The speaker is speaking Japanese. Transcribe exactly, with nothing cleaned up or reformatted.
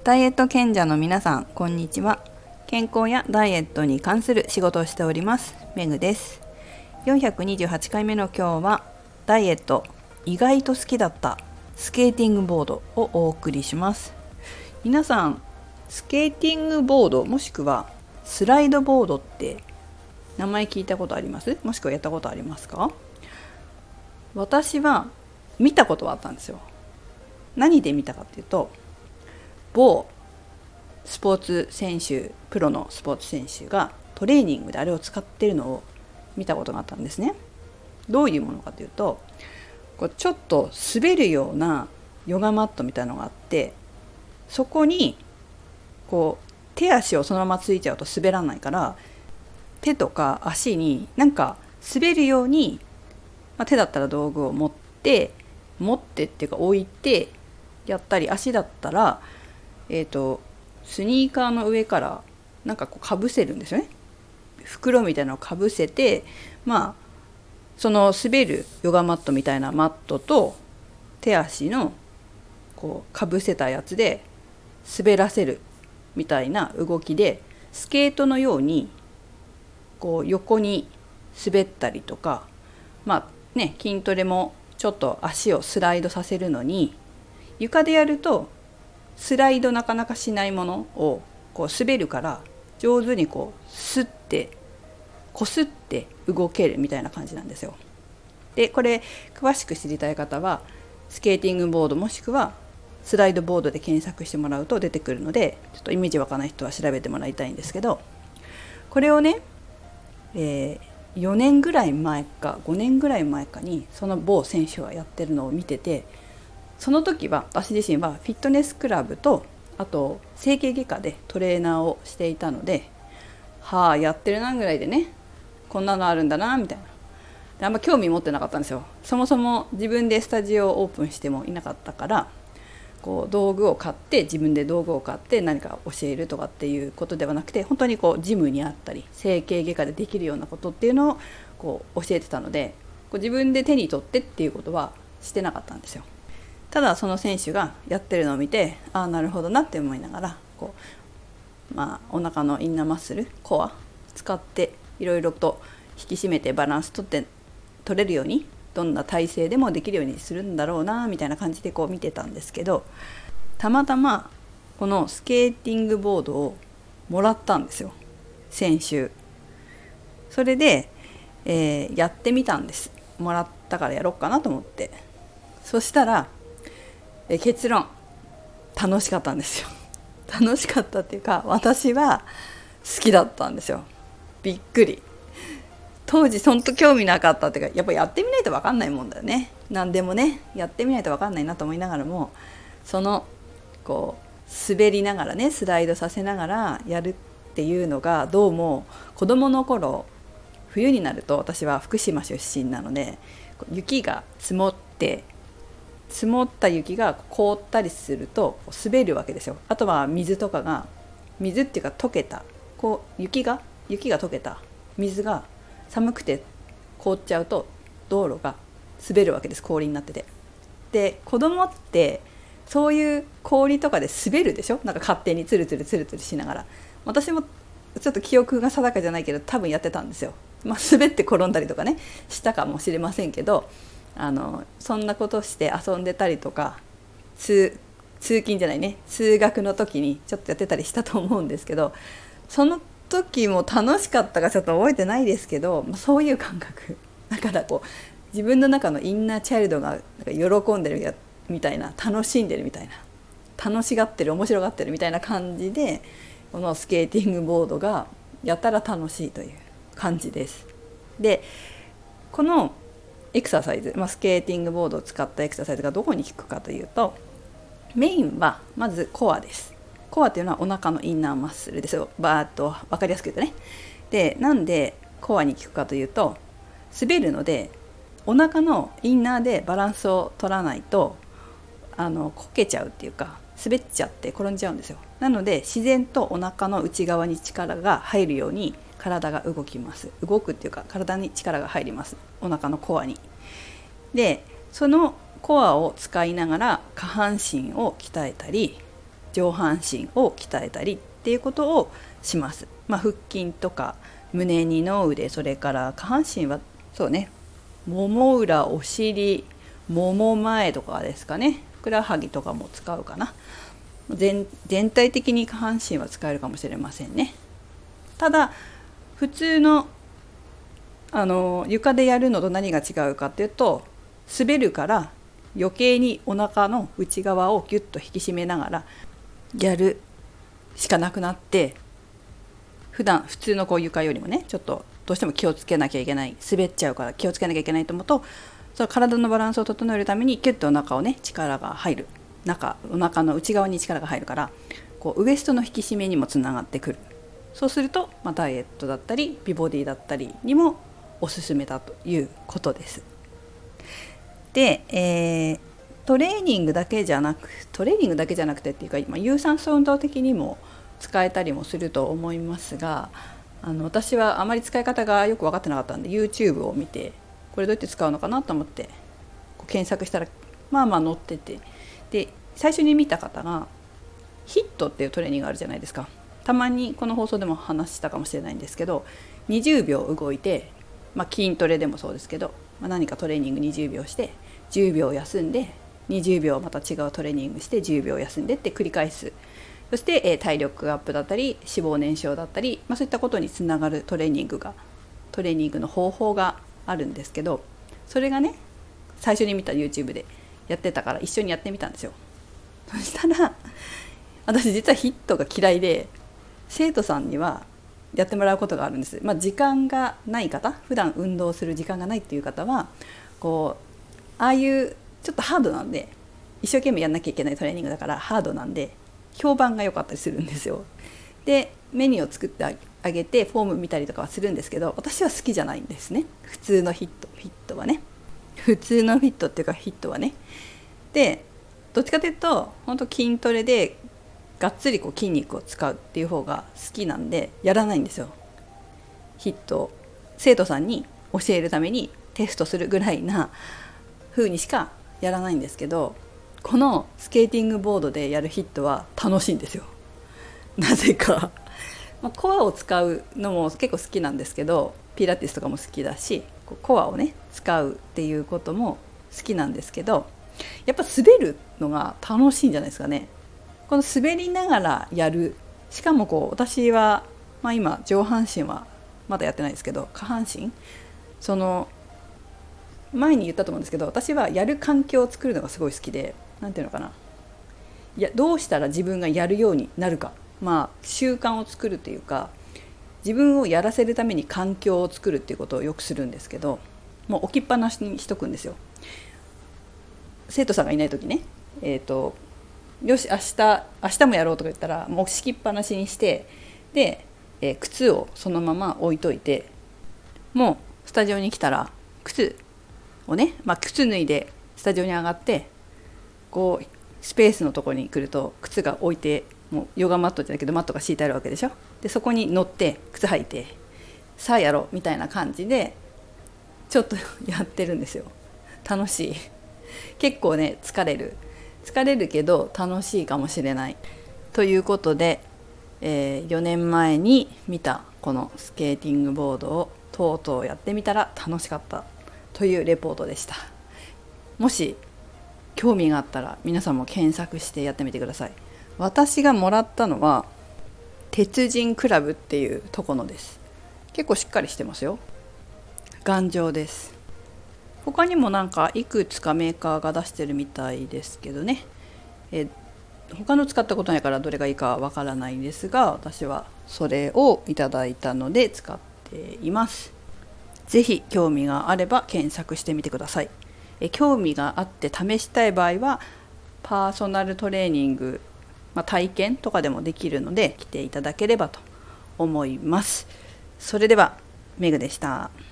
ダイエット賢者の皆さん、こんにちは。健康やダイエットに関する仕事をしておりますメグです。よんひゃくにじゅうはちかいめの今日は、ダイエット意外と好きだったスケーティングボードをお送りします。皆さん、スケーティングボードもしくはスライドボードって名前聞いたことあります？もしくはやったことありますか？私は見たことはあったんですよ。何で見たかっていうと、某スポーツ選手、プロのスポーツ選手がトレーニングであれを使っているのを見たことがあったんですね。どういうものかというと、こうちょっと滑るようなヨガマットみたいなのがあって、そこにこう手足をそのままついちゃうと滑らないから、手とか足になんか滑るように、まあ、手だったら道具を持って持ってっていうか置いてやったり、足だったらえーとスニーカーの上からなんかこうかぶせるんですよね。袋みたいなのをかぶせて、まあその滑るヨガマットみたいなマットと手足のこうかぶせたやつで滑らせるみたいな動きで、スケートのようにこう横に滑ったりとか、まあね、筋トレもちょっと足をスライドさせるのに、床でやるとスライドなかなかしないものをこう滑るから上手にこうスッてこすって動けるみたいな感じなんですよ。でこれ詳しく知りたい方はスケーティングボードもしくはスライドボードで検索してもらうと出てくるので、ちょっとイメージわからない人は調べてもらいたいんですけど、これをね、えー、よねんぐらい前かごねんぐらい前かにその某選手がやってるのを見てて、その時は私自身はフィットネスクラブとあと整形外科でトレーナーをしていたので、はあやってるなぐらいでね、こんなのあるんだなみたいな、であんま興味持ってなかったんですよ。そもそも自分でスタジオをオープンしてもいなかったから、こう道具を買って自分で道具を買って何か教えるとかっていうことではなくて、本当にこうジムにあったり整形外科でできるようなことっていうのをこう教えてたので、こう自分で手に取ってっていうことはしてなかったんですよ。ただその選手がやってるのを見て、ああなるほどなって思いながら、こう、まあ、お腹のインナーマッスルコア使っていろいろと引き締めてバランス取って取れるように、どんな体勢でもできるようにするんだろうなみたいな感じでこう見てたんですけど、たまたまこのスケーティングボードをもらったんですよ、先週。それで、えー、やってみたんです。もらったからやろうかなと思って。そしたらえ結論、楽しかったんですよ。楽しかったっていうか、私は好きだったんですよ。びっくり。当時そんと興味なかったっていうか、やっぱやってみないと分かんないもんだよね。何でもね、やってみないと分かんないなと思いながらも、そのこう滑りながらね、スライドさせながらやるっていうのが、どうも子どもの頃、冬になると、私は福島出身なので、雪が積もって積もった雪が凍ったりすると滑るわけですよ。あとは水とかが、水っていうか溶けたこう雪が雪が溶けた水が寒くて凍っちゃうと道路が滑るわけです。氷になってて。で子供ってそういう氷とかで滑るでしょ。なんか勝手にツルツルツルツルしながら、私もちょっと記憶が定かじゃないけど多分やってたんですよ。まあ、滑って転んだりとかねしたかもしれませんけど、あのそんなことして遊んでたりとか、通通勤じゃないね通学の時にちょっとやってたりしたと思うんですけど、その時も楽しかったかちょっと覚えてないですけど、そういう感覚だからこう自分の中のインナーチャイルドが喜んでるみたいな、楽しんでるみたいな、楽しがってる面白がってるみたいな感じで、このスケーティングボードがやったら楽しいという感じです。でこのエクササイズ、まあ、スケーティングボードを使ったエクササイズがどこに効くかというと、メインはまずコアです。コアというのはお腹のインナーマッスルですよ。バーッと分かりやすく言うとね。でなんでコアに効くかというと、滑るのでお腹のインナーでバランスを取らないとあのこけちゃうっていうか、滑っちゃって転んじゃうんですよ。なので自然とお腹の内側に力が入るように体が動きます。動くっていうか体に力が入ります、お腹のコアに。でそのコアを使いながら下半身を鍛えたり、 上半身を鍛えたりっていうことをします。まあ、腹筋とか胸二の腕、それから下半身はそうね、もも裏、お尻、もも前とかですかね、ふくらはぎとかも使うかな。 全, 全体的に下半身は使えるかもしれませんね。ただ普通のあの床でやるのと何が違うかっていうと、滑るから余計にお腹の内側をギュッと引き締めながらやるしかなくなって、普段普通のこう床よりもねちょっとどうしても気をつけなきゃいけない、滑っちゃうから気をつけなきゃいけないと思うと、その体のバランスを整えるためにキュッとお腹をね力が入る、中お腹の内側に力が入るから、こうウエストの引き締めにもつながってくる。そうすると、まあ、ダイエットだったり美ボディだったりにもおすすめだということです。で、えー、トレーニングだけじゃなくトレーニングだけじゃなくてっていうか、まあ、有酸素運動的にも使えたりもすると思いますが、あの私はあまり使い方がよく分かってなかったんで YouTube を見て、これどうやって使うのかなと思ってこう検索したらまあまあ載ってて、で最初に見た方がヒットっていうトレーニングあるじゃないですか。たまにこの放送でも話したかもしれないんですけど、にじゅうびょう動いて、まあ、筋トレでもそうですけど、まあ、何かトレーニングにじゅうびょうしてじゅうびょう休んでにじゅうびょうまた違うトレーニングしてじゅうびょう休んでって繰り返す。そして、えー、体力アップだったり脂肪燃焼だったり、まあ、そういったことにつながるトレーニングがトレーニングの方法があるんですけど、それがね最初に見た YouTube でやってたから一緒にやってみたんですよ。そしたら私実はヒットが嫌いで、生徒さんにはやってもらうことがあるんです。まあ、時間がない方、普段運動する時間がないっていう方はこうああいうちょっとハードなんで、一生懸命やんなきゃいけないトレーニングだからハードなんで評判が良かったりするんですよ。でメニューを作ってあげてフォーム見たりとかはするんですけど、私は好きじゃないんですね。普通のヒットフィットはね普通のフィットっていうかヒットはね。でどっちかというと本当筋トレでがっつりこう筋肉を使うっていう方が好きなんでやらないんですよ。ヒットを生徒さんに教えるためにテストするぐらいな風にしかやらないんですけど、このスケーティングボードでやるヒットは楽しいんですよ。なぜか、まあ、コアを使うのも結構好きなんですけど、ピラティスとかも好きだしコアをね使うっていうことも好きなんですけど、やっぱ滑るのが楽しいんじゃないですかね。この滑りながらやる、しかもこう私は、まあ、今上半身はまだやってないですけど、下半身その前に言ったと思うんですけど、私はやる環境を作るのがすごい好きで、なんていうのかな、いやどうしたら自分がやるようになるか、まあ習慣を作るというか自分をやらせるために環境を作るっていうことをよくするんですけど、もう置きっぱなしにしとくんですよ。生徒さんがいない時ね、えーとよし明日明日もやろうとか言ったらもう敷きっぱなしにして、で、えー、靴をそのまま置いといて、もうスタジオに来たら靴をね、まあ、靴脱いでスタジオに上がって、こうスペースのところに来ると靴が置いて、もうヨガマットじゃないけどマットが敷いてあるわけでしょ。でそこに乗って靴履いてさあやろうみたいな感じでちょっとやってるんですよ。楽しい。結構ね疲れる疲れるけど楽しいかもしれないということで、えー、よねんまえに見たこのスケーティングボードをとうとうやってみたら楽しかったというレポートでした。もし興味があったら皆さんも検索してやってみてください。私がもらったのは鉄人クラブっていうとこのです。結構しっかりしてますよ。頑丈です。他にもなんかいくつかメーカーが出してるみたいですけどね、え他の使ったことないからどれがいいかわからないんですが、私はそれをいただいたので使っています。ぜひ興味があれば検索してみてください。え興味があって試したい場合はパーソナルトレーニング、まあ、体験とかでもできるので来ていただければと思います。それではメグでした。